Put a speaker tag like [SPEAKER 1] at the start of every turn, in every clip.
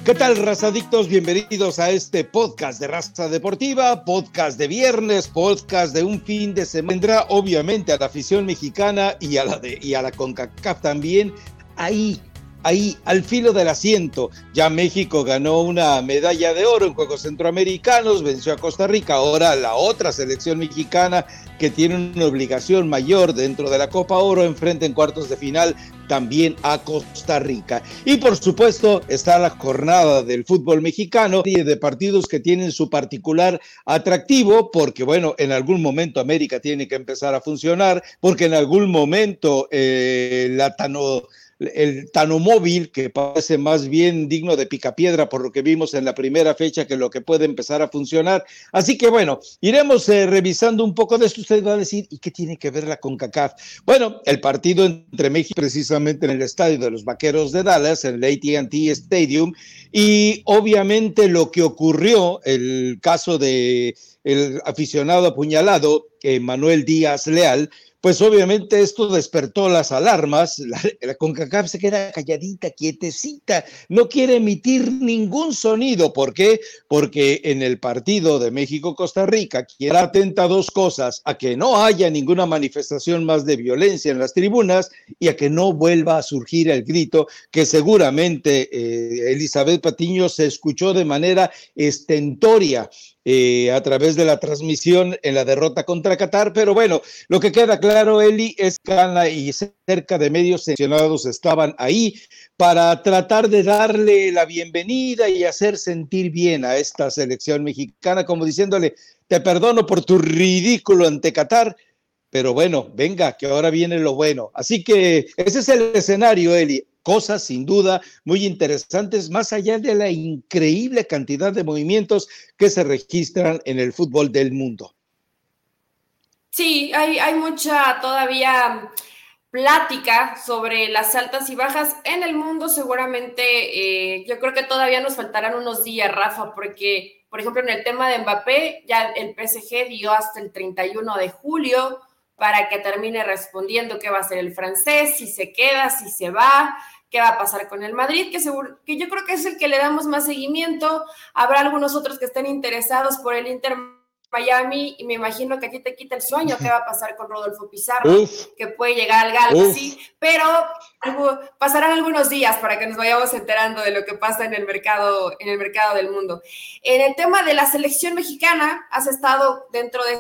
[SPEAKER 1] ¿Qué tal, razadictos? Bienvenidos a este podcast de Raza Deportiva, podcast de viernes, podcast de un fin de semana. Tendrá obviamente a la afición mexicana y a la CONCACAF también ahí, al filo del asiento. Ya México ganó una medalla de oro en Juegos Centroamericanos, venció a Costa Rica. Ahora la otra selección mexicana, que tiene una obligación mayor dentro de la Copa Oro, enfrenta en cuartos de final también a Costa Rica. Y por supuesto está la jornada del fútbol mexicano, de partidos que tienen su particular atractivo, porque bueno, en algún momento América tiene que empezar a funcionar, porque en algún momento el Tano Móvil, que parece más bien digno de picapiedra por lo que vimos en la primera fecha, que lo que puede empezar a funcionar. Así que bueno, iremos revisando un poco de esto. Usted va a decir, ¿y qué tiene que ver la CONCACAF? Bueno, el partido entre México, precisamente en el estadio de los Vaqueros de Dallas, en el AT&T Stadium, y obviamente lo que ocurrió, el caso de el aficionado apuñalado, Manuel Díaz Leal, pues obviamente esto despertó las alarmas. La CONCACAF se queda calladita, quietecita, no quiere emitir ningún sonido. ¿Por qué? Porque en el partido de México-Costa Rica atenta a dos cosas: a que no haya ninguna manifestación más de violencia en las tribunas y a que no vuelva a surgir el grito que seguramente Elizabeth Patiño se escuchó de manera estentoria a través de la transmisión en la derrota contra Qatar. Pero bueno, lo que queda claro, Eli, es que Ana y cerca de medios seleccionados estaban ahí para tratar de darle la bienvenida y hacer sentir bien a esta selección mexicana, como diciéndole, te perdono por tu ridículo ante Qatar, pero bueno, venga, que ahora viene lo bueno. Así que ese es el escenario, Eli. Cosas sin duda muy interesantes, más allá de la increíble cantidad de movimientos que se registran en el fútbol del mundo.
[SPEAKER 2] Sí, hay mucha todavía plática sobre las altas y bajas en el mundo. Seguramente yo creo que todavía nos faltarán unos días, Rafa, porque, por ejemplo, en el tema de Mbappé, ya el PSG dio hasta el 31 de julio para que termine respondiendo qué va a hacer el francés, si se queda, si se va, qué va a pasar con el Madrid, que yo creo que es el que le damos más seguimiento. Habrá algunos otros que estén interesados por el Inter Miami, y me imagino que a ti te quita el sueño qué va a pasar con Rodolfo Pizarro, que puede llegar al Galaxy, pero pasarán algunos días para que nos vayamos enterando de lo que pasa en el mercado del mundo. En el tema de la selección mexicana, has estado dentro de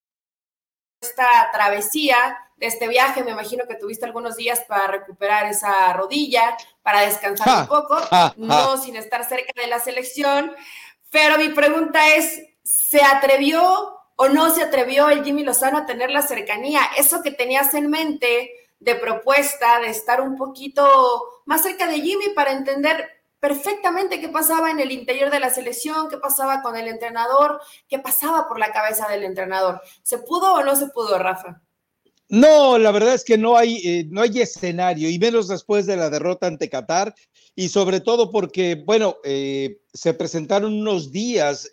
[SPEAKER 2] esta travesía, de este viaje. Me imagino que tuviste algunos días para recuperar esa rodilla, para descansar un poco, no sin estar cerca de la selección. Pero mi pregunta es, ¿se atrevió o no se atrevió el Jimmy Lozano a tener la cercanía? Eso que tenías en mente de propuesta, de estar un poquito más cerca de Jimmy para entender perfectamente qué pasaba en el interior de la selección, qué pasaba con el entrenador, qué pasaba por la cabeza del entrenador. ¿Se pudo o no se pudo, Rafa?
[SPEAKER 1] No, la verdad es que no hay escenario, y menos después de la derrota ante Qatar, y sobre todo porque, bueno, se presentaron unos días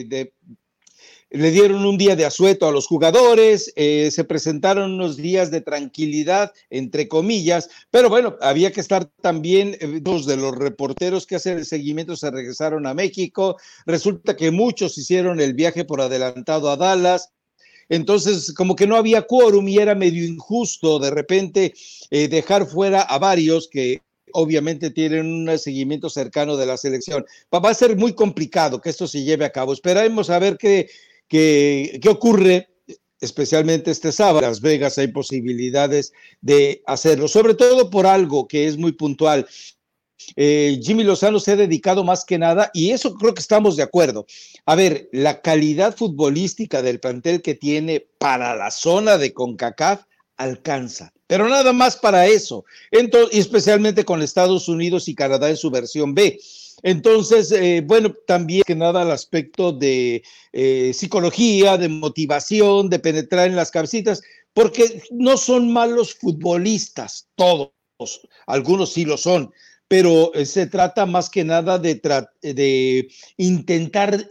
[SPEAKER 1] le dieron un día de asueto a los jugadores, se presentaron unos días de tranquilidad, entre comillas, pero bueno, había que estar también. Dos de los reporteros que hacen el seguimiento se regresaron a México. Resulta que muchos hicieron el viaje por adelantado a Dallas. Entonces, como que no había quórum y era medio injusto de repente dejar fuera a varios que obviamente tienen un seguimiento cercano de la selección. Va a ser muy complicado que esto se lleve a cabo. Esperemos a ver qué ocurre, especialmente este sábado. En Las Vegas hay posibilidades de hacerlo, sobre todo por algo que es muy puntual. Jimmy Lozano se ha dedicado más que nada, y eso creo que estamos de acuerdo. A ver, la calidad futbolística del plantel que tiene para la zona de CONCACAF alcanza, pero nada más para eso. Entonces, especialmente con Estados Unidos y Canadá en su versión B. Entonces, bueno, también que nada el aspecto de psicología, de motivación, de penetrar en las cabecitas, porque no son malos futbolistas, todos, algunos sí lo son, pero se trata más que nada de intentar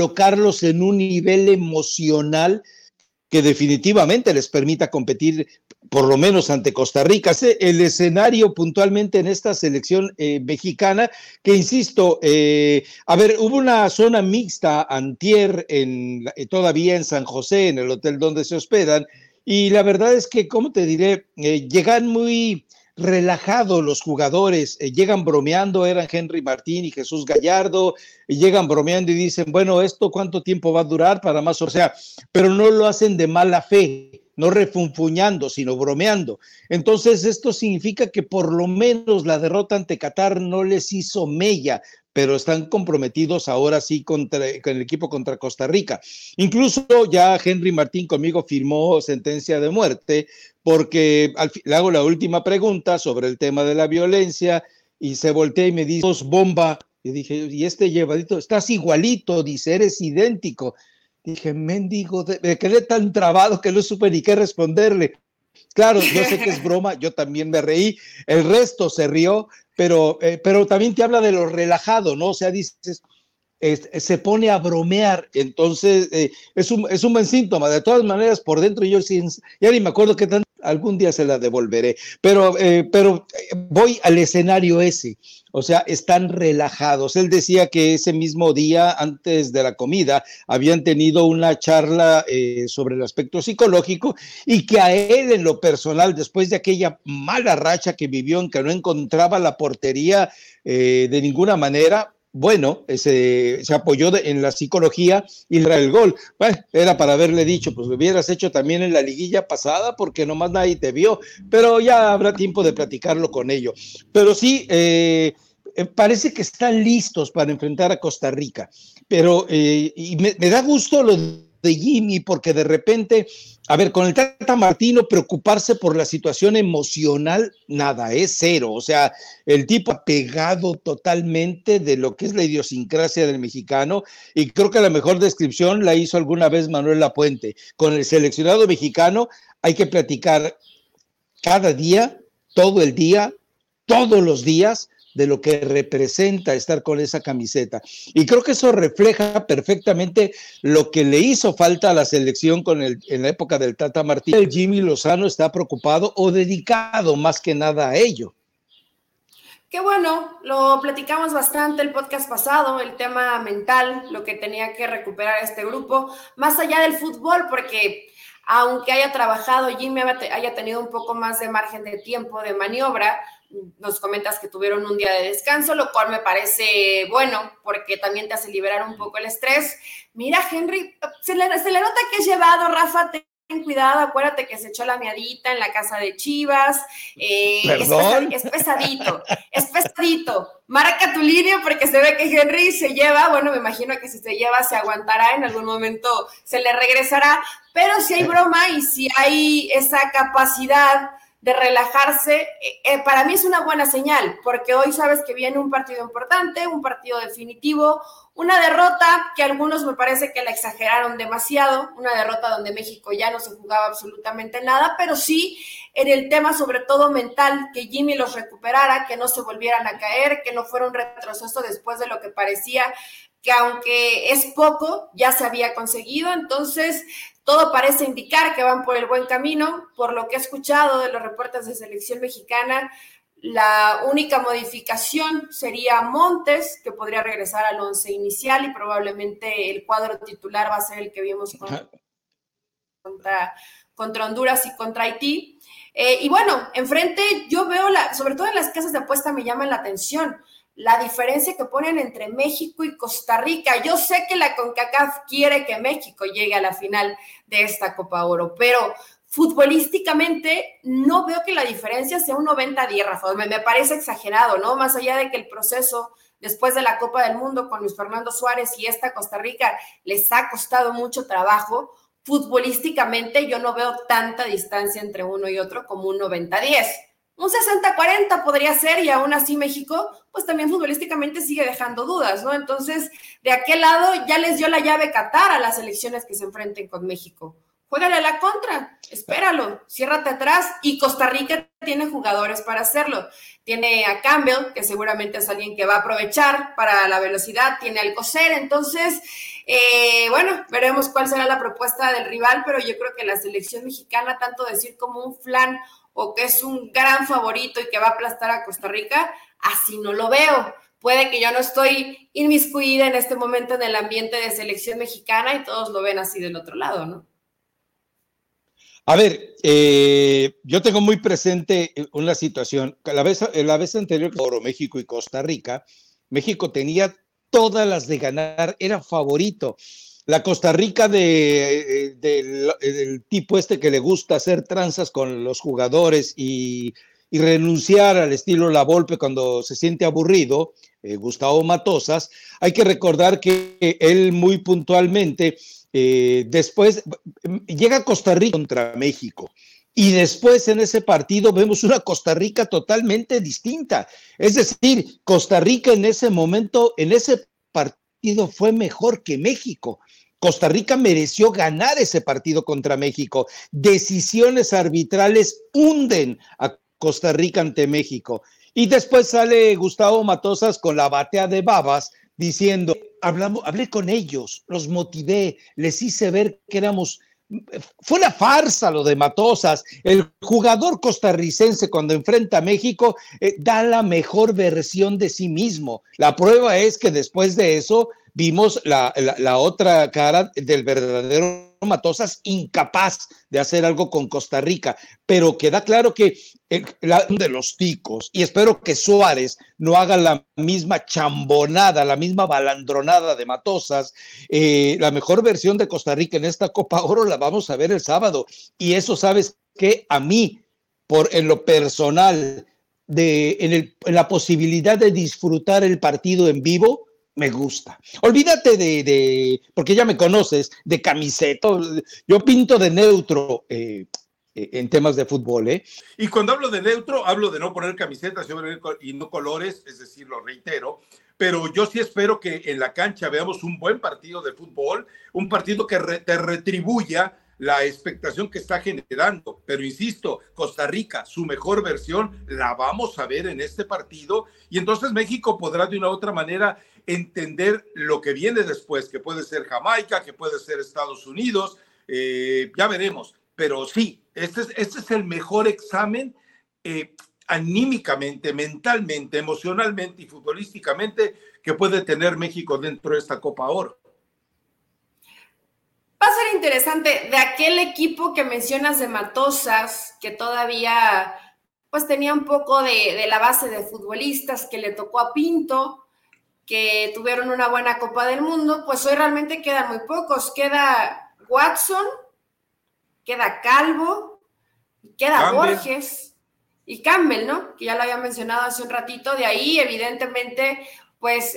[SPEAKER 1] colocarlos en un nivel emocional que definitivamente les permita competir por lo menos ante Costa Rica. El escenario puntualmente en esta selección mexicana, que insisto, a ver, hubo una zona mixta antier todavía en San José, en el hotel donde se hospedan, y la verdad es que, ¿cómo te diré? Llegan muy relajados los jugadores, llegan bromeando, eran Henry Martín y Jesús Gallardo, llegan bromeando y dicen, bueno, ¿esto cuánto tiempo va a durar para más? O sea, pero no lo hacen de mala fe, no refunfuñando, sino bromeando. Entonces, esto significa que por lo menos la derrota ante Qatar no les hizo mella, pero están comprometidos ahora sí con el equipo contra Costa Rica. Incluso ya Henry Martín conmigo firmó sentencia de muerte, porque le hago la última pregunta sobre el tema de la violencia y se voltea y me dice, bomba. Y dije, y este llevadito, estás igualito, dice, eres idéntico. Dije, mendigo, me quedé tan trabado que no supe ni qué responderle. Claro, yo sé que es broma, yo también me reí, el resto se rió, pero también te habla de lo relajado, ¿no? O sea, dices, se pone a bromear, entonces es un buen síntoma. De todas maneras, por dentro yo ya ni me acuerdo qué tan, algún día se la devolveré, pero voy al escenario ese, o sea, están relajados. Él decía que ese mismo día, antes de la comida, habían tenido una charla sobre el aspecto psicológico y que a él en lo personal, después de aquella mala racha que vivió en que no encontraba la portería de ninguna manera, bueno, se apoyó en la psicología y era el gol. Bueno, era para haberle dicho, pues lo hubieras hecho también en la liguilla pasada porque nomás nadie te vio, pero ya habrá tiempo de platicarlo con ellos. Pero sí, parece que están listos para enfrentar a Costa Rica, pero y me da gusto lo de Jimmy porque de repente, a ver, con el Tata Martino preocuparse por la situación emocional, nada, es cero. O sea, el tipo ha pegado totalmente de lo que es la idiosincrasia del mexicano y creo que la mejor descripción la hizo alguna vez Manuel Lapuente. Con el seleccionado mexicano hay que platicar cada día, todo el día, todos los días, de lo que representa estar con esa camiseta. Y creo que eso refleja perfectamente lo que le hizo falta a la selección en la época del Tata Martino. El Jimmy Lozano está preocupado o dedicado más que nada a ello.
[SPEAKER 2] Qué bueno, lo platicamos bastante el podcast pasado, el tema mental, lo que tenía que recuperar este grupo, más allá del fútbol, porque aunque haya trabajado, Jimmy haya tenido un poco más de margen de tiempo, de maniobra, nos comentas que tuvieron un día de descanso, lo cual me parece bueno, porque también te hace liberar un poco el estrés. Mira, Henry, se le nota que es llevado, Rafa, ten cuidado, acuérdate que se echó la miadita en la casa de Chivas, es pesadito, marca tu línea porque se ve que Henry se lleva, bueno, me imagino que si se lleva se aguantará, en algún momento se le regresará, pero si hay broma y si hay esa capacidad de relajarse, para mí es una buena señal, porque hoy sabes que viene un partido importante, un partido definitivo, una derrota que algunos me parece que la exageraron demasiado, una derrota donde México ya no se jugaba absolutamente nada, pero sí en el tema sobre todo mental, que Jimmy los recuperara, que no se volvieran a caer, que no fuera un retroceso después de lo que parecía que aunque es poco, ya se había conseguido, entonces todo parece indicar que van por el buen camino, por lo que he escuchado de los reportes de selección mexicana. La única modificación sería Montes, que podría regresar al 11 inicial y probablemente el cuadro titular va a ser el que vimos contra Honduras y contra Haití. Y bueno, enfrente yo veo, sobre todo en las casas de apuesta me llaman la atención, la diferencia que ponen entre México y Costa Rica. Yo sé que la CONCACAF quiere que México llegue a la final de esta Copa Oro, pero futbolísticamente no veo que la diferencia sea un 90-10, Rafa. Me parece exagerado, ¿no? Más allá de que el proceso después de la Copa del Mundo con Luis Fernando Suárez y esta Costa Rica les ha costado mucho trabajo, futbolísticamente yo no veo tanta distancia entre uno y otro como un 90-10. Un 60-40 podría ser, y aún así México, pues también futbolísticamente sigue dejando dudas, ¿no? Entonces, de aquel lado ya les dio la llave Qatar a las selecciones que se enfrenten con México. Juégale a la contra, espéralo, ciérrate atrás, y Costa Rica tiene jugadores para hacerlo. Tiene a Campbell, que seguramente es alguien que va a aprovechar para la velocidad, tiene al Coser, entonces Bueno, veremos cuál será la propuesta del rival, pero yo creo que la selección mexicana, tanto decir como un flan o que es un gran favorito y que va a aplastar a Costa Rica, así no lo veo. Puede que yo no estoy inmiscuida en este momento en el ambiente de selección mexicana y todos lo ven así del otro lado, ¿no?
[SPEAKER 1] A ver, yo tengo muy presente una situación. La vez anterior, por México y Costa Rica, México tenía todas las de ganar, era favorito. La Costa Rica del tipo este que le gusta hacer tranzas con los jugadores y renunciar al estilo La Volpe cuando se siente aburrido, Gustavo Matosas, hay que recordar que él muy puntualmente después llega Costa Rica contra México y después en ese partido vemos una Costa Rica totalmente distinta. Es decir, Costa Rica en ese momento, en ese partido fue mejor que México. Costa Rica mereció ganar ese partido contra México. Decisiones arbitrales hunden a Costa Rica ante México. Y después sale Gustavo Matosas con la batea de babas diciendo, hablé con ellos, los motivé, les hice ver que éramos... Fue una farsa lo de Matosas. El jugador costarricense cuando enfrenta a México da la mejor versión de sí mismo. La prueba es que después de eso vimos la otra cara del verdadero Matosas, incapaz de hacer algo con Costa Rica, pero queda claro que de los ticos, y espero que Suárez no haga la misma chambonada, la misma balandronada de Matosas. La mejor versión de Costa Rica en esta Copa Oro la vamos a ver el sábado, y eso sabes que a mí, en lo personal, en la posibilidad de disfrutar el partido en vivo, me gusta. Olvídate porque ya me conoces, de camiseta. Yo pinto de neutro en temas de fútbol, ¿eh?
[SPEAKER 3] Y cuando hablo de neutro, hablo de no poner camisetas y no colores, es decir, lo reitero, pero yo sí espero que en la cancha veamos un buen partido de fútbol, un partido que te retribuya la expectación que está generando. Pero insisto, Costa Rica, su mejor versión, la vamos a ver en este partido y entonces México podrá de una u otra manera entender lo que viene después, que puede ser Jamaica, que puede ser Estados Unidos, ya veremos. Pero sí, este es el mejor examen anímicamente, mentalmente, emocionalmente y futbolísticamente que puede tener México dentro de esta Copa Oro.
[SPEAKER 2] Va a ser interesante, de aquel equipo que mencionas de Matosas, que todavía pues tenía un poco de la base de futbolistas que le tocó a Pinto, que tuvieron una buena Copa del Mundo, pues hoy realmente quedan muy pocos. Queda Watson, queda Calvo, queda Campbell. Borges y Campbell, ¿no? Que ya lo había mencionado hace un ratito. De ahí, evidentemente, pues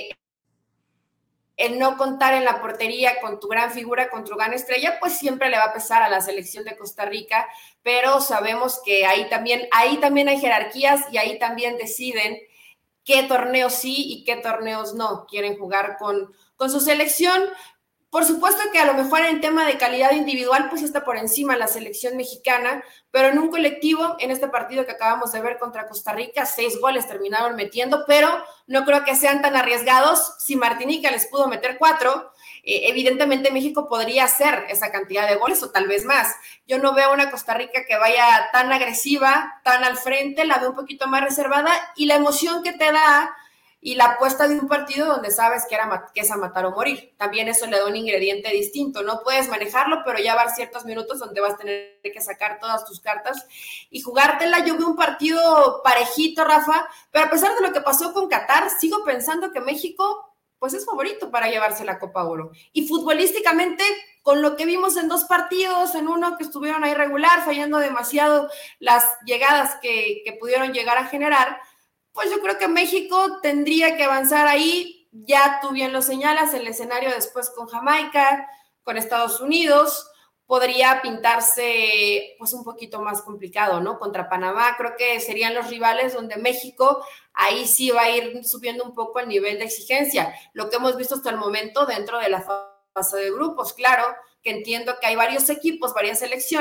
[SPEAKER 2] el no contar en la portería con tu gran figura, con tu gran estrella, pues siempre le va a pesar a la selección de Costa Rica, pero sabemos que ahí también hay jerarquías y ahí también deciden qué torneos sí y qué torneos no quieren jugar con su selección. Por supuesto que a lo mejor en tema de calidad individual pues está por encima la selección mexicana, pero en un colectivo, en este partido que acabamos de ver contra Costa Rica, 6 goles terminaron metiendo, pero no creo que sean tan arriesgados. Si Martinica les pudo meter 4, evidentemente México podría hacer esa cantidad de goles o tal vez más. Yo no veo una Costa Rica que vaya tan agresiva, tan al frente, la veo un poquito más reservada y la emoción que te da y la apuesta de un partido donde sabes que es a matar o morir. También eso le da un ingrediente distinto. No puedes manejarlo, pero ya va a haber ciertos minutos donde vas a tener que sacar todas tus cartas y jugártela. Yo veo un partido parejito, Rafa, pero a pesar de lo que pasó con Qatar, sigo pensando que México pues es favorito para llevarse la Copa Oro. Y futbolísticamente, con lo que vimos en 2 partidos, en uno que estuvieron ahí regular, fallando demasiado las llegadas que pudieron llegar a generar, pues yo creo que México tendría que avanzar ahí. Ya tú bien lo señalas, el escenario después con Jamaica, con Estados Unidos, podría pintarse pues un poquito más complicado, ¿no? Contra Panamá, creo que serían los rivales donde México ahí sí va a ir subiendo un poco el nivel de exigencia. Lo que hemos visto hasta el momento dentro de la fase de grupos, claro, que entiendo que hay varios equipos, varias selecciones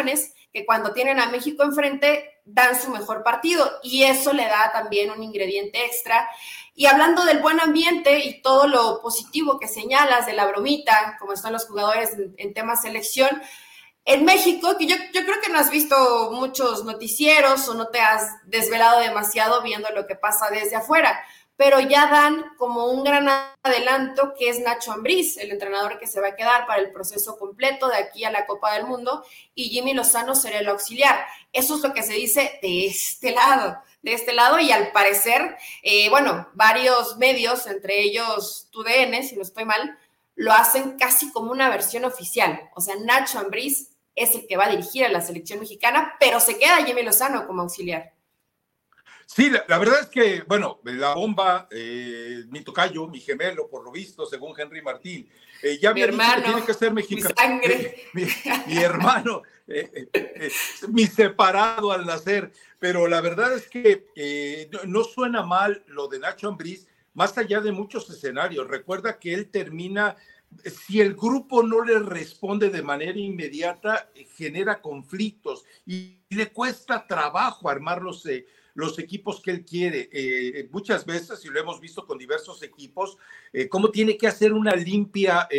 [SPEAKER 2] que cuando tienen a México enfrente dan su mejor partido y eso le da también un ingrediente extra. Y hablando del buen ambiente y todo lo positivo que señalas de la bromita, como están los jugadores en tema selección, en México, que yo creo que no has visto muchos noticieros o no te has desvelado demasiado viendo lo que pasa desde afuera, pero ya dan como un gran adelanto que es Nacho Ambriz, el entrenador que se va a quedar para el proceso completo de aquí a la Copa del Mundo, y Jimmy Lozano será el auxiliar. Eso es lo que se dice de este lado, y al parecer, varios medios, entre ellos TUDN, si no estoy mal, lo hacen casi como una versión oficial. O sea, Nacho Ambriz es el que va a dirigir a la selección mexicana, pero se queda Jimmy Lozano como auxiliar.
[SPEAKER 3] Sí, la verdad es que, bueno, la bomba, mi tocayo, mi gemelo, por lo visto, según Henry Martín, ya había dicho que tiene que ser mexicano.
[SPEAKER 2] Mi sangre.
[SPEAKER 3] Mi hermano, mi separado al nacer, pero la verdad es que no suena mal lo de Nacho Ambriz, más allá de muchos escenarios. Recuerda que él termina, si el grupo no le responde de manera inmediata, genera conflictos y le cuesta trabajo armar los equipos que él quiere. Muchas veces, y lo hemos visto con diversos equipos, cómo tiene que hacer una limpia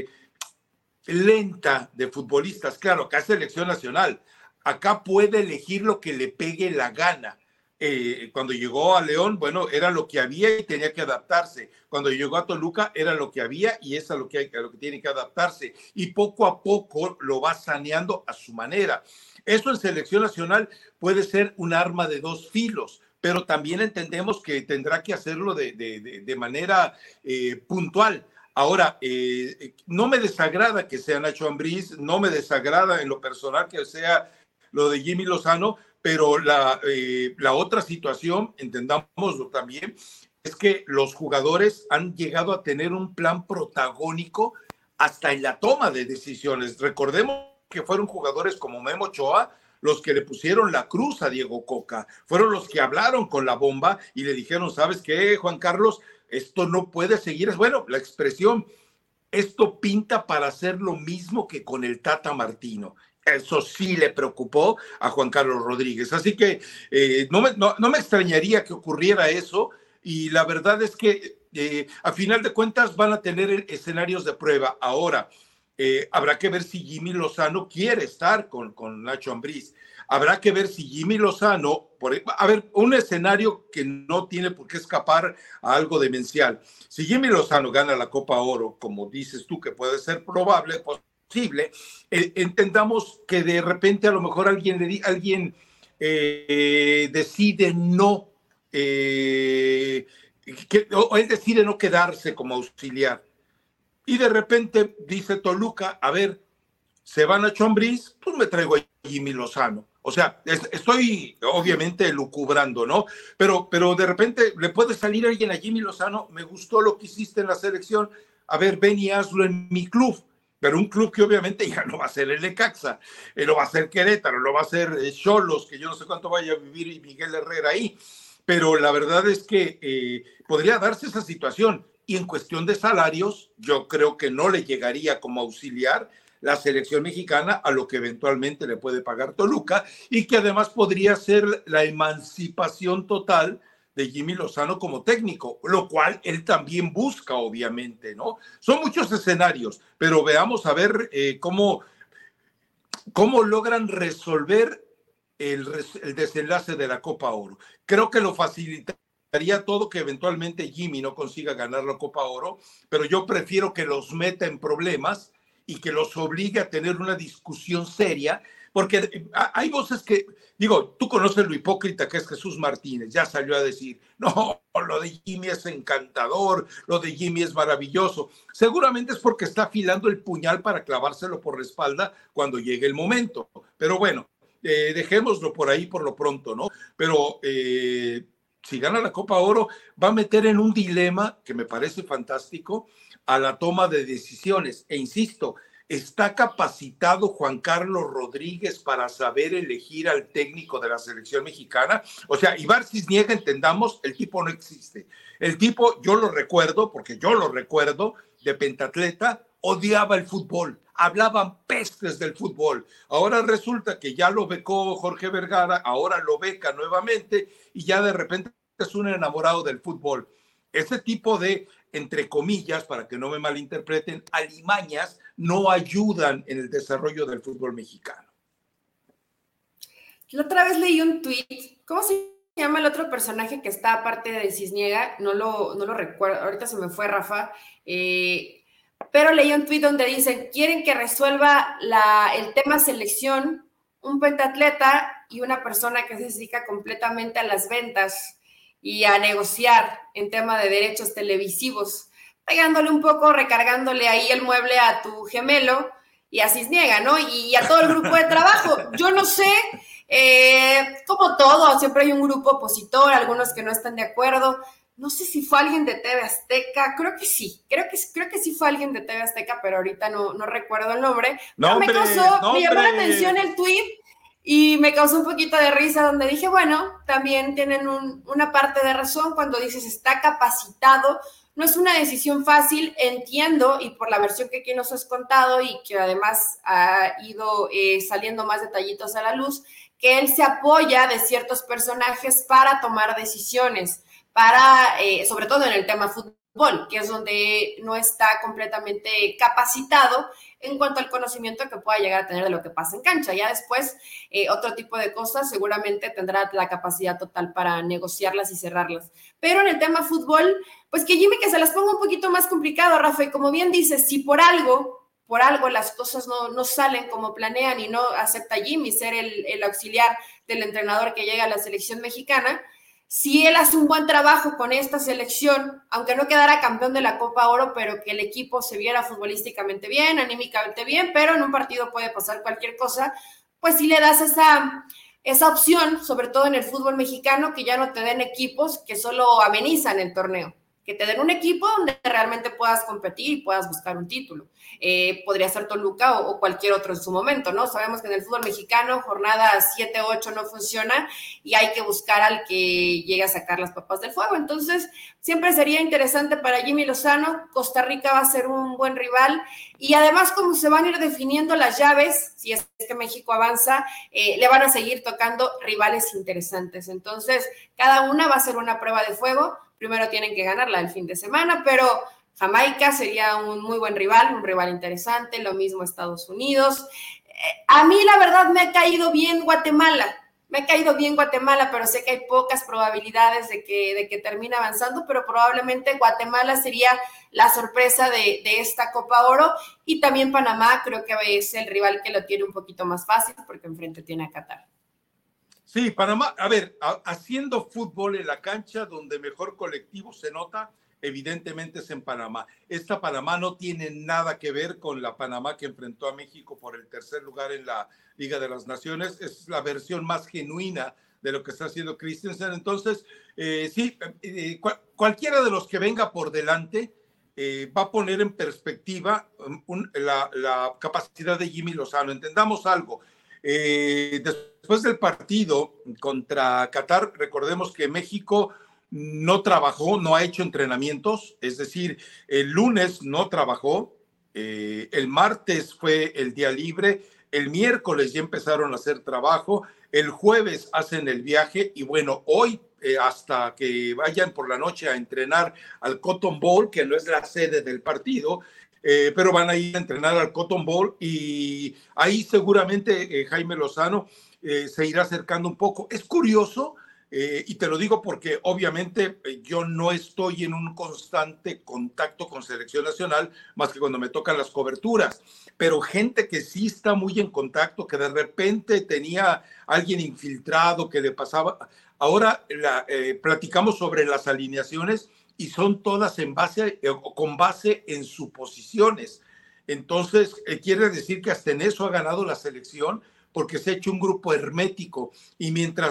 [SPEAKER 3] lenta de futbolistas. Claro, acá es selección nacional, acá puede elegir lo que le pegue la gana. Cuando llegó a León, bueno, era lo que había y tenía que adaptarse. Cuando llegó a Toluca, era lo que había y es a lo que tiene que adaptarse. Y poco a poco lo va saneando a su manera. Eso en selección nacional puede ser un arma de dos filos, pero también entendemos que tendrá que hacerlo de manera puntual. Ahora, no me desagrada que sea Nacho Ambriz, no me desagrada en lo personal que sea lo de Jimmy Lozano, pero la otra situación, entendámoslo también, es que los jugadores han llegado a tener un plan protagónico hasta en la toma de decisiones. Recordemos que fueron jugadores como Memo Ochoa los que le pusieron la cruz a Diego Coca, fueron los que hablaron con la bomba y le dijeron, ¿sabes qué, Juan Carlos? Esto no puede seguir. Es bueno, la expresión, esto pinta para hacer lo mismo que con el Tata Martino. Eso sí le preocupó a Juan Carlos Rodríguez. Así que no me extrañaría que ocurriera eso y la verdad es que a final de cuentas van a tener escenarios de prueba. Ahora, habrá que ver si Jimmy Lozano quiere estar con Nacho Ambriz. Habrá que ver si Jimmy Lozano, a ver, un escenario que no tiene por qué escapar a algo demencial. Si Jimmy Lozano gana la Copa Oro, como dices tú que puede ser probable, posible, entendamos que de repente a lo mejor alguien decide no, o él decide no quedarse como auxiliar. Y de repente dice Toluca, a ver, se van a Nacho Ambriz, pues me traigo a Jimmy Lozano. O sea, estoy obviamente lucubrando, ¿no? Pero de repente le puede salir alguien a Jimmy Lozano, me gustó lo que hiciste en la selección, a ver, ven y hazlo en mi club. Pero un club que obviamente ya no va a ser el Necaxa, lo va a ser Querétaro, lo va a ser Xolos, que yo no sé cuánto vaya a vivir Miguel Herrera ahí. Pero la verdad es que podría darse esa situación. Y en cuestión de salarios, yo creo que no le llegaría como auxiliar la selección mexicana a lo que eventualmente le puede pagar Toluca y que además podría ser la emancipación total de Jimmy Lozano como técnico, lo cual él también busca, obviamente, ¿no? Son muchos escenarios, pero veamos a ver cómo logran resolver el desenlace de la Copa Oro. Creo que lo facilitaría todo que eventualmente Jimmy no consiga ganar la Copa Oro, pero yo prefiero que los meta en problemas y que los obligue a tener una discusión seria, porque hay voces que, digo, tú conoces lo hipócrita que es Jesús Martínez, ya salió a decir, no, lo de Jimmy es encantador, lo de Jimmy es maravilloso. Seguramente es porque está afilando el puñal para clavárselo por la espalda cuando llegue el momento, pero bueno, dejémoslo por ahí por lo pronto, ¿no? Pero si gana la Copa Oro, va a meter en un dilema que me parece fantástico a la toma de decisiones. E insisto, ¿está capacitado Juan Carlos Rodríguez para saber elegir al técnico de la selección mexicana? O sea, Ibar Cisniega, entendamos, el tipo no existe. El tipo, yo lo recuerdo, porque yo lo recuerdo, de pentatleta, odiaba el fútbol, hablaban pestes del fútbol. Ahora resulta que ya lo becó Jorge Vergara, ahora lo beca nuevamente y ya de repente es un enamorado del fútbol. Ese tipo de, entre comillas, para que no me malinterpreten, alimañas no ayudan en el desarrollo del fútbol mexicano.
[SPEAKER 2] La otra vez leí un tweet, ¿cómo se llama el otro personaje que está aparte de Cisniega? No lo recuerdo, ahorita se me fue Rafa, pero leí un tweet donde dicen, quieren que resuelva el tema selección, un pentatleta y una persona que se dedica completamente a las ventas y a negociar en tema de derechos televisivos, pegándole un poco, recargándole ahí el mueble a tu gemelo y a Cisniega, ¿no? Y a todo el grupo de trabajo. Yo no sé, como todo, siempre hay un grupo opositor, algunos que no están de acuerdo. No sé si fue alguien de TV Azteca, creo que sí fue alguien de TV Azteca, pero ahorita no recuerdo el nombre. Pero me llamó la atención el tweet y me causó un poquito de risa donde dije, bueno, también tienen una parte de razón cuando dices está capacitado. No es una decisión fácil, entiendo, y por la versión que aquí nos has contado y que además ha ido saliendo más detallitos a la luz, que él se apoya de ciertos personajes para tomar decisiones, sobre todo en el tema fútbol, que es donde no está completamente capacitado en cuanto al conocimiento que pueda llegar a tener de lo que pasa en cancha. Ya después, otro tipo de cosas seguramente tendrá la capacidad total para negociarlas y cerrarlas. Pero en el tema fútbol, pues que se las ponga un poquito más complicado, Rafa, y como bien dices, si por algo las cosas no salen como planean y no acepta Jimmy ser el auxiliar del entrenador que llega a la selección mexicana, si él hace un buen trabajo con esta selección, aunque no quedara campeón de la Copa Oro, pero que el equipo se viera futbolísticamente bien, anímicamente bien, pero en un partido puede pasar cualquier cosa, pues sí le das esa opción, sobre todo en el fútbol mexicano, que ya no te den equipos que solo amenizan el torneo, que te den un equipo donde realmente puedas competir y puedas buscar un título. Podría ser Toluca o cualquier otro en su momento, ¿no? Sabemos que en el fútbol mexicano jornada 7-8 no funciona y hay que buscar al que llegue a sacar las papas del fuego. Entonces, siempre sería interesante para Jimmy Lozano. Costa Rica va a ser un buen rival y además como se van a ir definiendo las llaves, si es que México avanza, le van a seguir tocando rivales interesantes. Entonces, cada una va a ser una prueba de fuego. Primero tienen que ganarla el fin de semana, pero Jamaica sería un muy buen rival, un rival interesante, lo mismo Estados Unidos. A mí la verdad me ha caído bien Guatemala, pero sé que hay pocas probabilidades de que termine avanzando, pero probablemente Guatemala sería la sorpresa de esta Copa Oro y también Panamá creo que es el rival que lo tiene un poquito más fácil porque enfrente tiene a Qatar.
[SPEAKER 3] Sí, Panamá, a ver, haciendo fútbol en la cancha donde mejor colectivo se nota, evidentemente es en Panamá. Esta Panamá no tiene nada que ver con la Panamá que enfrentó a México por el tercer lugar en la Liga de las Naciones. Es la versión más genuina de lo que está haciendo Christensen. Entonces, sí, cualquiera de los que venga por delante va a poner en perspectiva la capacidad de Jimmy Lozano. Entendamos algo. Después del partido contra Qatar, recordemos que México no trabajó, no ha hecho entrenamientos, es decir, el lunes no trabajó, el martes fue el día libre, el miércoles ya empezaron a hacer trabajo, el jueves hacen el viaje y bueno, hoy hasta que vayan por la noche a entrenar al Cotton Bowl, que no es la sede del partido, pero van a ir a entrenar al Cotton Bowl y ahí seguramente Jaime Lozano se irá acercando un poco. Es curioso, y te lo digo porque obviamente yo no estoy en un constante contacto con selección nacional más que cuando me tocan las coberturas, pero gente que sí está muy en contacto, que de repente tenía alguien infiltrado que le pasaba. Ahora platicamos sobre las alineaciones y son todas con base en suposiciones. Entonces, quiere decir que hasta en eso ha ganado la selección porque se ha hecho un grupo hermético y mientras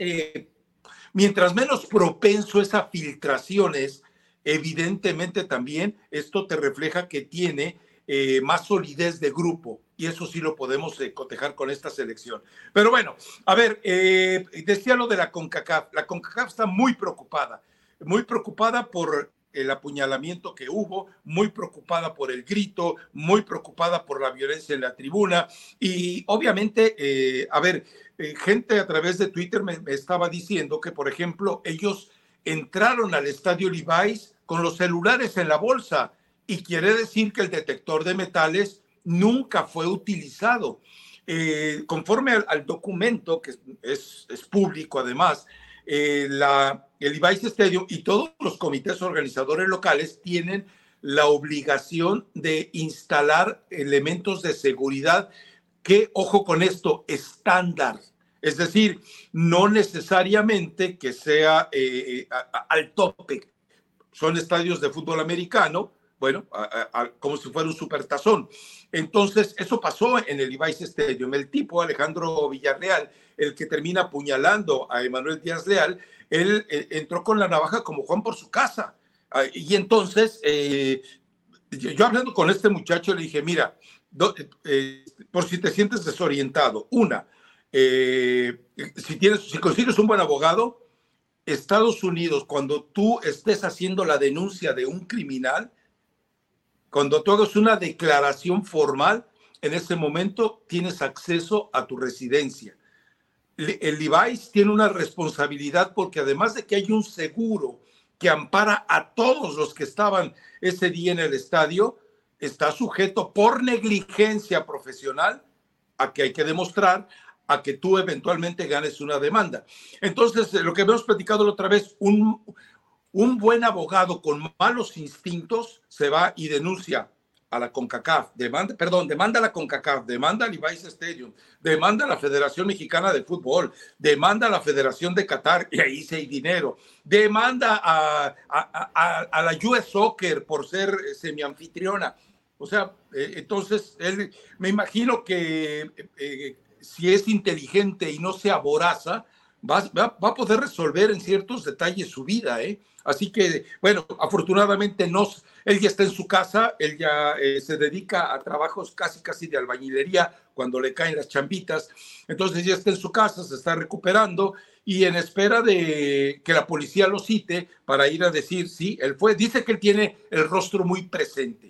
[SPEAKER 3] menos propenso es a filtraciones, evidentemente también esto te refleja que tiene más solidez de grupo y eso sí lo podemos cotejar con esta selección. Pero bueno, a ver, decía lo de la CONCACAF. La CONCACAF está muy preocupada por el apuñalamiento que hubo, muy preocupada por el grito, muy preocupada por la violencia en la tribuna y obviamente, gente a través de Twitter me estaba diciendo que, por ejemplo, ellos entraron al estadio Levi's con los celulares en la bolsa y quiere decir que el detector de metales nunca fue utilizado. Conforme al documento, que es público además, el Levi's Stadium y todos los comités organizadores locales tienen la obligación de instalar elementos de seguridad que, ojo con esto, estándar. Es decir, no necesariamente que sea al tope. Son estadios de fútbol americano, bueno, como si fuera un supertazón. Entonces, eso pasó en el Levi's Stadium. El tipo, Alejandro Villarreal, el que termina apuñalando a Emanuel Díaz Leal, él entró con la navaja como Juan por su casa. Y entonces, yo hablando con este muchacho, le dije, mira, por si te sientes desorientado, si consigues un buen abogado, Estados Unidos, cuando tú estés haciendo la denuncia de un criminal, cuando tú hagas una declaración formal, en ese momento tienes acceso a tu residencia. El Levi's tiene una responsabilidad porque además de que hay un seguro que ampara a todos los que estaban ese día en el estadio, está sujeto por negligencia profesional a que hay que demostrar a que tú eventualmente ganes una demanda. Entonces, lo que hemos platicado la otra vez, un buen abogado con malos instintos se va y denuncia a la CONCACAF, demanda a la CONCACAF, demanda a Levi's Stadium, demanda a la Federación Mexicana de Fútbol, demanda a la Federación de Qatar, y ahí sí hay dinero, demanda a la US Soccer por ser semianfitriona. O sea, entonces, él, me imagino que si es inteligente y no se aboraza, va a poder resolver en ciertos detalles su vida, ¿eh? Así que, bueno, afortunadamente él ya está en su casa, él ya se dedica a trabajos casi de albañilería cuando le caen las chambitas, entonces ya está en su casa, se está recuperando y en espera de que la policía lo cite para ir a decir, sí, él fue, dice que él tiene el rostro muy presente.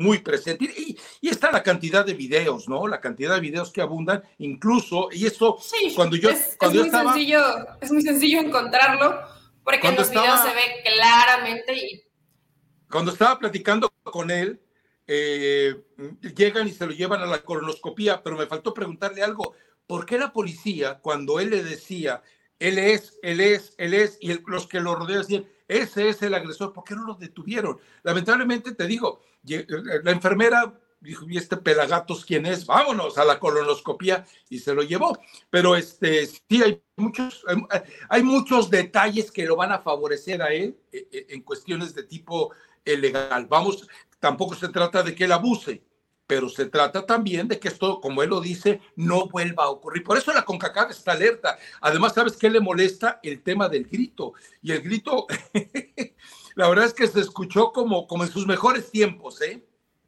[SPEAKER 3] Y está la cantidad de videos, ¿no? La cantidad de videos que abundan, incluso, y eso,
[SPEAKER 2] sí,
[SPEAKER 3] cuando yo estaba...
[SPEAKER 2] Es muy sencillo encontrarlo, porque en los videos se ve claramente.
[SPEAKER 3] Cuando estaba platicando con él, llegan y se lo llevan a la colonoscopía, pero me faltó preguntarle algo. ¿Por qué la policía, cuando él le decía, él es, y los que lo rodean decían, ese es el agresor, ¿por qué no lo detuvieron? Lamentablemente, te digo, la enfermera dijo, ¿y este pelagatos quién es? Vámonos a la colonoscopía, y se lo llevó. Pero sí, hay muchos detalles que lo van a favorecer a él en cuestiones de tipo legal. Vamos, tampoco se trata de que él abuse, pero se trata también de que esto, como él lo dice, no vuelva a ocurrir. Por eso la CONCACAF está alerta. Además, ¿sabes qué le molesta? El tema del grito. Y el grito, la verdad es que se escuchó como en sus mejores tiempos, ¿eh?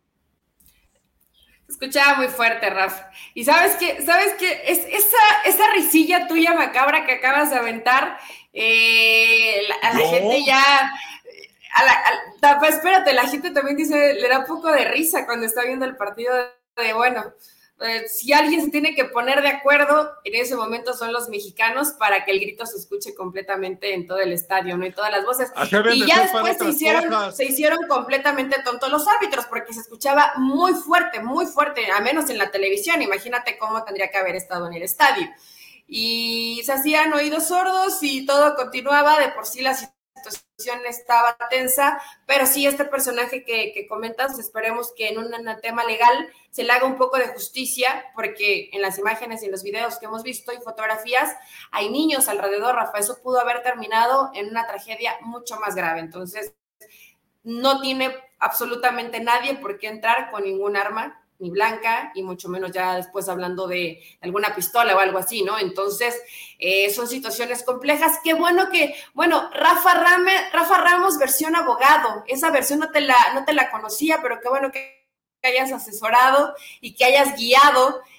[SPEAKER 2] Se escuchaba muy fuerte, Rafa. Y ¿sabes qué? Esa risilla tuya macabra que acabas de aventar, la gente ya... pues espérate, la gente también dice, le da un poco de risa cuando está viendo el partido de bueno, si alguien se tiene que poner de acuerdo, en ese momento son los mexicanos para que el grito se escuche completamente en todo el estadio, ¿no? Y todas las voces. Y ya después se hicieron completamente tontos los árbitros, porque se escuchaba muy fuerte, al menos en la televisión. Imagínate cómo tendría que haber estado en el estadio. Y se hacían oídos sordos y todo continuaba. De por sí la situación estaba tensa, pero sí, este personaje que comentas, esperemos que en un tema legal se le haga un poco de justicia, porque en las imágenes y en los videos que hemos visto y fotografías hay niños alrededor, Rafa. Eso pudo haber terminado en una tragedia mucho más grave. Entonces, no tiene absolutamente nadie por qué entrar con ningún arma, ni blanca, y mucho menos ya después hablando de alguna pistola o algo así, ¿no? Entonces, son situaciones complejas. Qué bueno que, Rafa Ramos versión abogado, esa versión no te la conocía, pero qué bueno que hayas asesorado y que hayas guiado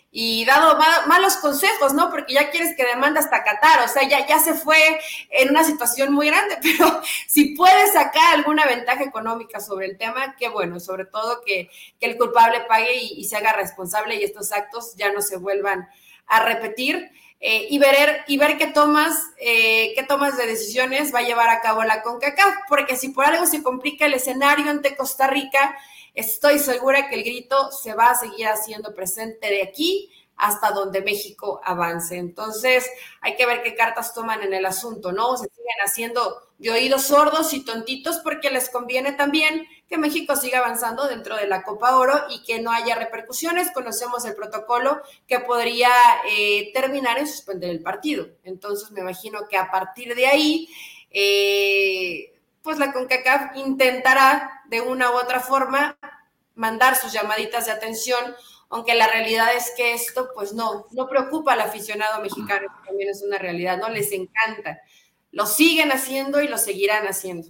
[SPEAKER 2] y dado malos consejos, ¿no? Porque ya quieres que demanda hasta Qatar, o sea, ya se fue en una situación muy grande, pero si puedes sacar alguna ventaja económica sobre el tema, qué bueno, sobre todo que el culpable pague y se haga responsable y estos actos ya no se vuelvan a repetir. Y ver qué tomas de decisiones va a llevar a cabo la CONCACAF, porque si por algo se complica el escenario ante Costa Rica, estoy segura que el grito se va a seguir haciendo presente de aquí hasta donde México avance. Entonces, hay que ver qué cartas toman en el asunto, ¿no? Se siguen haciendo de oídos sordos y tontitos porque les conviene también que México siga avanzando dentro de la Copa Oro y que no haya repercusiones. Conocemos el protocolo que podría terminar en suspender el partido. Entonces, me imagino que a partir de ahí, pues la CONCACAF intentará de una u otra forma mandar sus llamaditas de atención, aunque la realidad es que esto pues no preocupa al aficionado mexicano, que también es una realidad, no les encanta. Lo siguen haciendo y lo seguirán haciendo.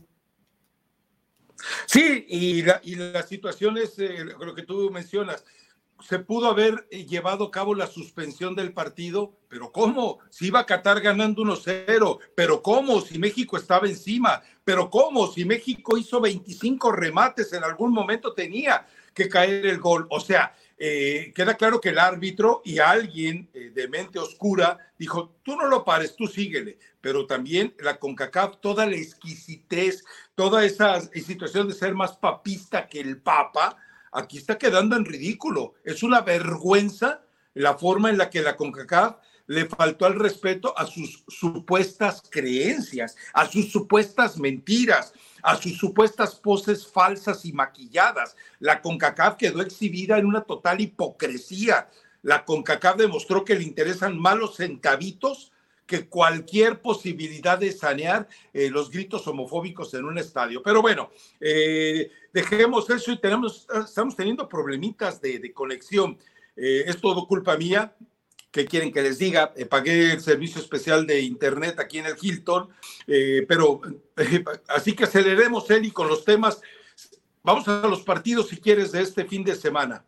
[SPEAKER 3] Sí, y la situación es lo que tú mencionas. Se pudo haber llevado a cabo la suspensión del partido, pero ¿cómo? Si iba a Qatar ganando 1-0, pero ¿cómo? Si México estaba encima, pero ¿cómo? Si México hizo 25 remates, en algún momento tenía que caer el gol. O sea, queda claro que el árbitro y alguien de mente oscura dijo, tú no lo pares, tú síguele. Pero también la CONCACAF, toda la exquisitez, toda esa situación de ser más papista que el Papa, aquí está quedando en ridículo. Es una vergüenza la forma en la que la CONCACAF le faltó al respeto a sus supuestas creencias, a sus supuestas mentiras, a sus supuestas poses falsas y maquilladas. La CONCACAF quedó exhibida en una total hipocresía. La CONCACAF demostró que le interesan más los centavitos que cualquier posibilidad de sanear los gritos homofóbicos en un estadio. Pero bueno, dejemos eso y estamos teniendo problemitas de conexión. Es todo culpa mía. ¿Qué quieren que les diga? Pagué el servicio especial de internet aquí en el Hilton, pero así que aceleremos, Eli, con los temas. Vamos a los partidos, si quieres, de este fin de semana.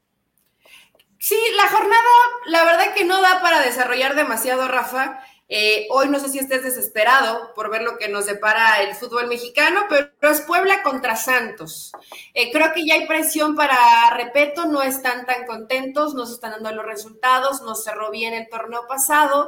[SPEAKER 2] Sí, la jornada, la verdad que no da para desarrollar demasiado, Rafa. Hoy no sé si estés desesperado por ver lo que nos depara el fútbol mexicano, pero es Puebla contra Santos. Creo que ya hay presión para Repeto, no están tan contentos, no se están dando los resultados, no cerró bien el torneo pasado.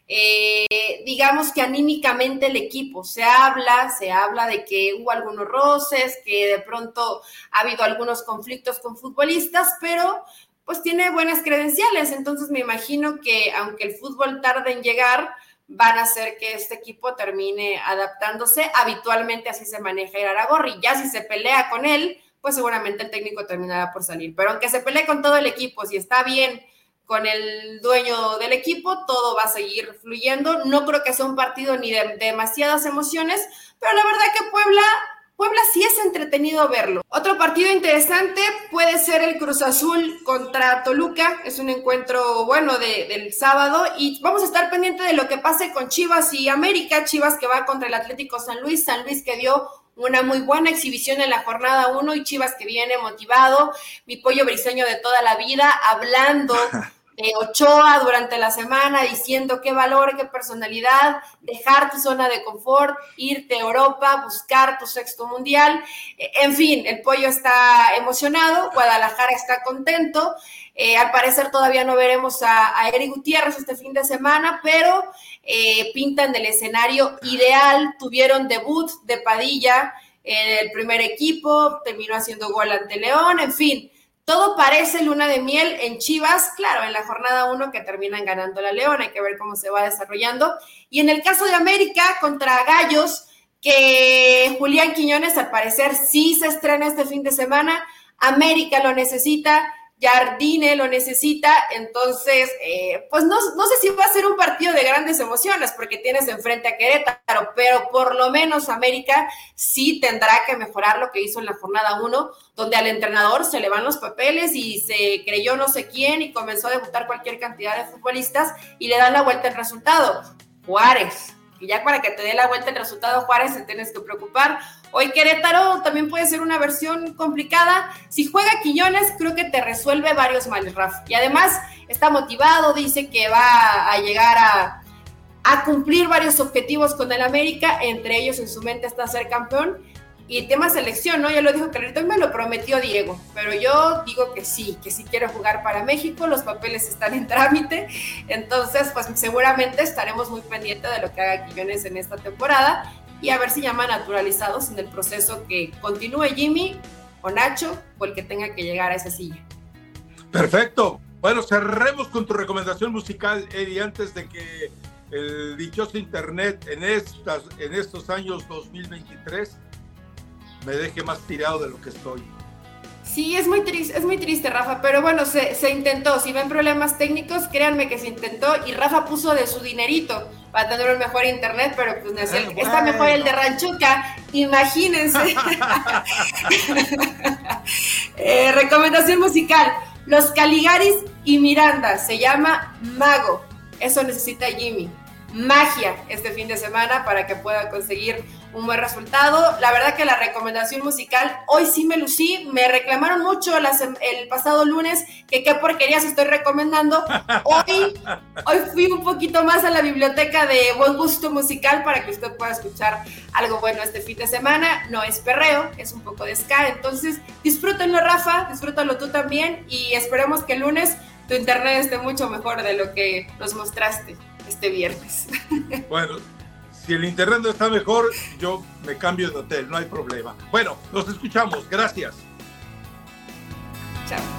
[SPEAKER 2] Digamos que anímicamente el equipo se habla de que hubo algunos roces, que de pronto ha habido algunos conflictos con futbolistas, pero pues tiene buenas credenciales, entonces me imagino que aunque el fútbol tarde en llegar, van a hacer que este equipo termine adaptándose. Habitualmente así se maneja Irarrágorri, ya si se pelea con él, pues seguramente el técnico terminará por salir, pero aunque se pelee con todo el equipo, si está bien con el dueño del equipo, todo va a seguir fluyendo. No creo que sea un partido ni de demasiadas emociones, pero la verdad que Puebla sí es entretenido verlo. Otro partido interesante puede ser el Cruz Azul contra Toluca. Es un encuentro bueno del sábado y vamos a estar pendientes de lo que pase con Chivas y América. Chivas que va contra el Atlético San Luis que dio una muy buena exhibición en la jornada 1 y Chivas que viene motivado. Mi pollo briseño de toda la vida hablando de Ochoa durante la semana, diciendo qué valor, qué personalidad, dejar tu zona de confort, irte a Europa, buscar tu sexto mundial. En fin, el pollo está emocionado, Guadalajara está contento. Al parecer todavía no veremos a Eric Gutiérrez este fin de semana, pero pintan del escenario ideal. Tuvieron debut de Padilla en el primer equipo, terminó haciendo gol ante León, en fin. Todo parece luna de miel en Chivas, claro, en la jornada 1 que terminan ganando la León, hay que ver cómo se va desarrollando. Y en el caso de América contra Gallos, que Julián Quiñones al parecer sí se estrena este fin de semana, América lo necesita, Jardine lo necesita, entonces, pues no sé si va a ser un partido de grandes emociones, porque tienes enfrente a Querétaro, pero por lo menos América sí tendrá que mejorar lo que hizo en la jornada 1, donde al entrenador se le van los papeles y se creyó no sé quién y comenzó a debutar cualquier cantidad de futbolistas y le dan la vuelta al resultado. Juárez, que ya para que te dé la vuelta el resultado Juárez te tienes que preocupar. Hoy Querétaro también puede ser una versión complicada. Si juega Quiñones, creo que te resuelve varios males, Rafa. Y además está motivado, dice que va a llegar a cumplir varios objetivos con el América, entre ellos en su mente está ser campeón. Y tema selección, ¿no? Ya lo dijo Clarito y me lo prometió Diego, pero yo digo que sí quiero jugar para México, los papeles están en trámite, entonces pues seguramente estaremos muy pendientes de lo que haga Quiñones en esta temporada y a ver si llama naturalizados en el proceso que continúe Jimmy o Nacho o el que tenga que llegar a esa silla.
[SPEAKER 3] Perfecto. Bueno, cerremos con tu recomendación musical, Eddie, antes de que el dichoso internet en estos años 2023 me deje más tirado de lo que estoy.
[SPEAKER 2] Sí, es muy triste, Rafa, pero bueno, se intentó. Si ven problemas técnicos, créanme que se intentó y Rafa puso de su dinerito para tener un mejor internet, pero pues está mejor el de Ranchuca, imagínense. Recomendación musical, Los Caligaris y Miranda, se llama Mago, eso necesita Jimmy. Magia este fin de semana para que pueda conseguir un buen resultado. La verdad que la recomendación musical, hoy sí me lucí, me reclamaron mucho el pasado lunes que qué porquerías estoy recomendando. Hoy fui un poquito más a la biblioteca de buen gusto musical para que usted pueda escuchar algo bueno este fin de semana. No es perreo, es un poco de ska, entonces disfrútenlo, Rafa, disfrútalo tú también y esperemos que el lunes tu internet esté mucho mejor de lo que nos mostraste este viernes.
[SPEAKER 3] Bueno, si el internet no está mejor, yo me cambio de hotel, no hay problema. Bueno, nos escuchamos. Gracias.
[SPEAKER 2] Chao.